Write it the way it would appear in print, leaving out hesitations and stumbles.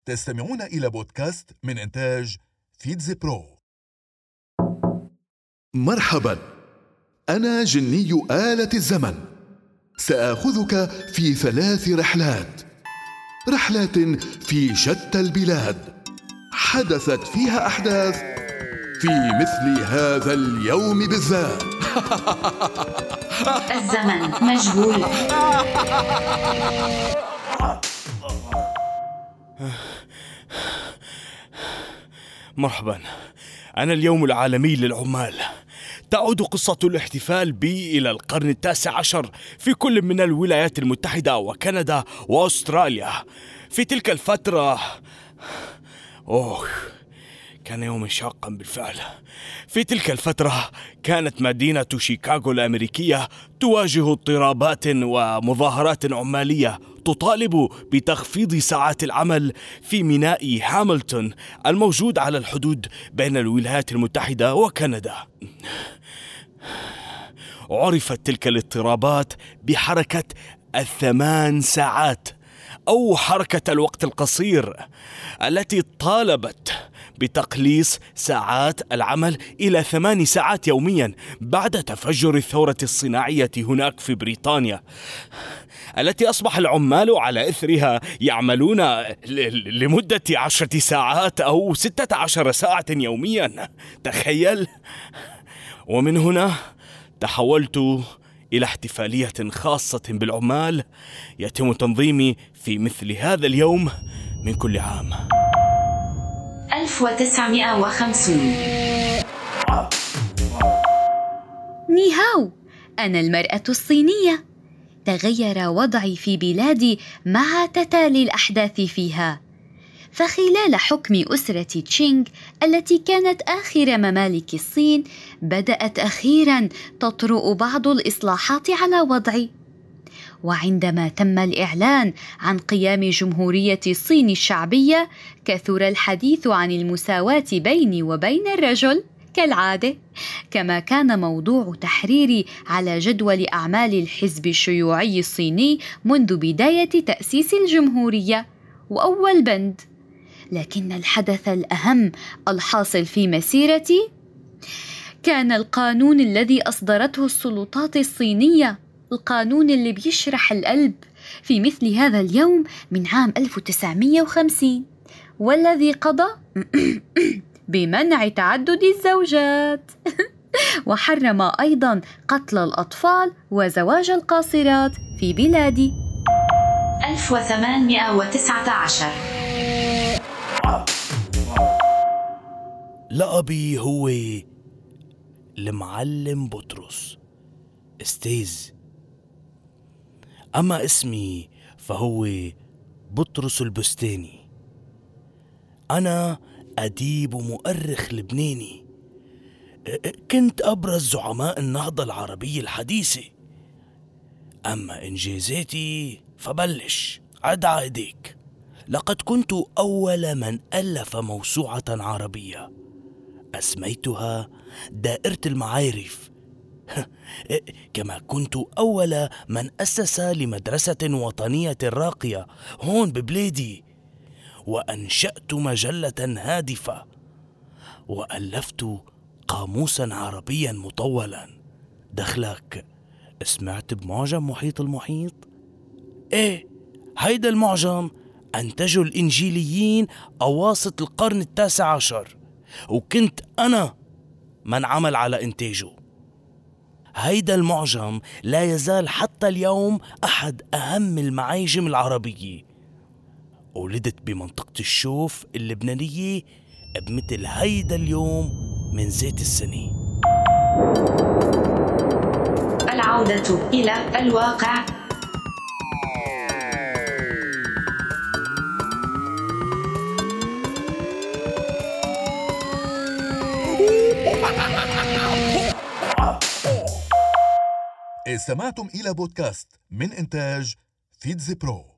تستمعون إلى بودكاست من إنتاج فيتز برو. مرحبا، أنا جني آلة الزمن. سآخذك في 3 رحلات في شتى البلاد، حدثت فيها أحداث في مثل هذا اليوم بالذات. الزمن مجهول. مرحبا، أنا اليوم العالمي للعمال. تعود قصة الاحتفال بي إلى القرن 19 في كل من الولايات المتحدة وكندا وأستراليا. في تلك الفترة كان يوم شاقا بالفعل. في تلك الفترة كانت مدينة شيكاغو الأمريكية تواجه اضطرابات ومظاهرات عمالية تطالب بتخفيض ساعات العمل في ميناء هاملتون الموجود على الحدود بين الولايات المتحدة وكندا. عرفت تلك الاضطرابات بحركة 8 ساعات أو حركة الوقت القصير، التي طالبت بتقليص ساعات العمل إلى 8 ساعات يوميا بعد تفجر الثورة الصناعية هناك في بريطانيا، التي أصبح العمال على إثرها يعملون لمدة 10 ساعات أو 16 ساعة يوميا. تخيل. ومن هنا تحولت إلى احتفالية خاصة بالعمال يتم تنظيمي في مثل هذا اليوم من كل عام. 1950. نيهاو، أنا المرأة الصينية. تغير وضعي في بلادي مع تتالي الأحداث فيها، فخلال حكم أسرة تشينغ التي كانت آخر ممالك الصين، بدأت أخيراً تطرؤ بعض الإصلاحات على وضعي. وعندما تم الإعلان عن قيام جمهورية الصين الشعبية، كثر الحديث عن المساواة بيني وبين الرجل كالعادة، كما كان موضوع تحريري على جدول أعمال الحزب الشيوعي الصيني منذ بداية تأسيس الجمهورية وأول بند. لكن الحدث الأهم الحاصل في مسيرتي كان القانون الذي أصدرته السلطات الصينية، القانون اللي بيشرح القلب، في مثل هذا اليوم من عام 1950، والذي قضى بمنع تعدد الزوجات وحرم أيضا قتل الأطفال وزواج القاصرات في بلادي. 1819. لقبي هو المعلم بطرس استيز، أما اسمي فهو بطرس البستاني. أنا أديب ومؤرخ لبناني، كنت أبرز زعماء النهضة العربية الحديثة. أما إنجازاتي فبلش عد على إيديك. لقد كنت أول من ألف موسوعة عربية أسميتها دائرة المعارف، كما كنت أول من أسس لمدرسة وطنية راقية هون ببلادي، وأنشأت مجلة هادفة، وألفت قاموسا عربيا مطولا. دخلك سمعت بمعجم محيط المحيط؟ هيدا المعجم أنتجه الإنجيليين أواسط القرن 19، وكنت أنا من عمل على إنتاجه. هيدا المعجم لا يزال حتى اليوم أحد أهم المعاجم العربية. ولدت بمنطقة الشوف اللبنانية بمثل هيدا اليوم من ذات السنة. العودة إلى الواقع. استمعتم إلى بودكاست من إنتاج فيتز برو.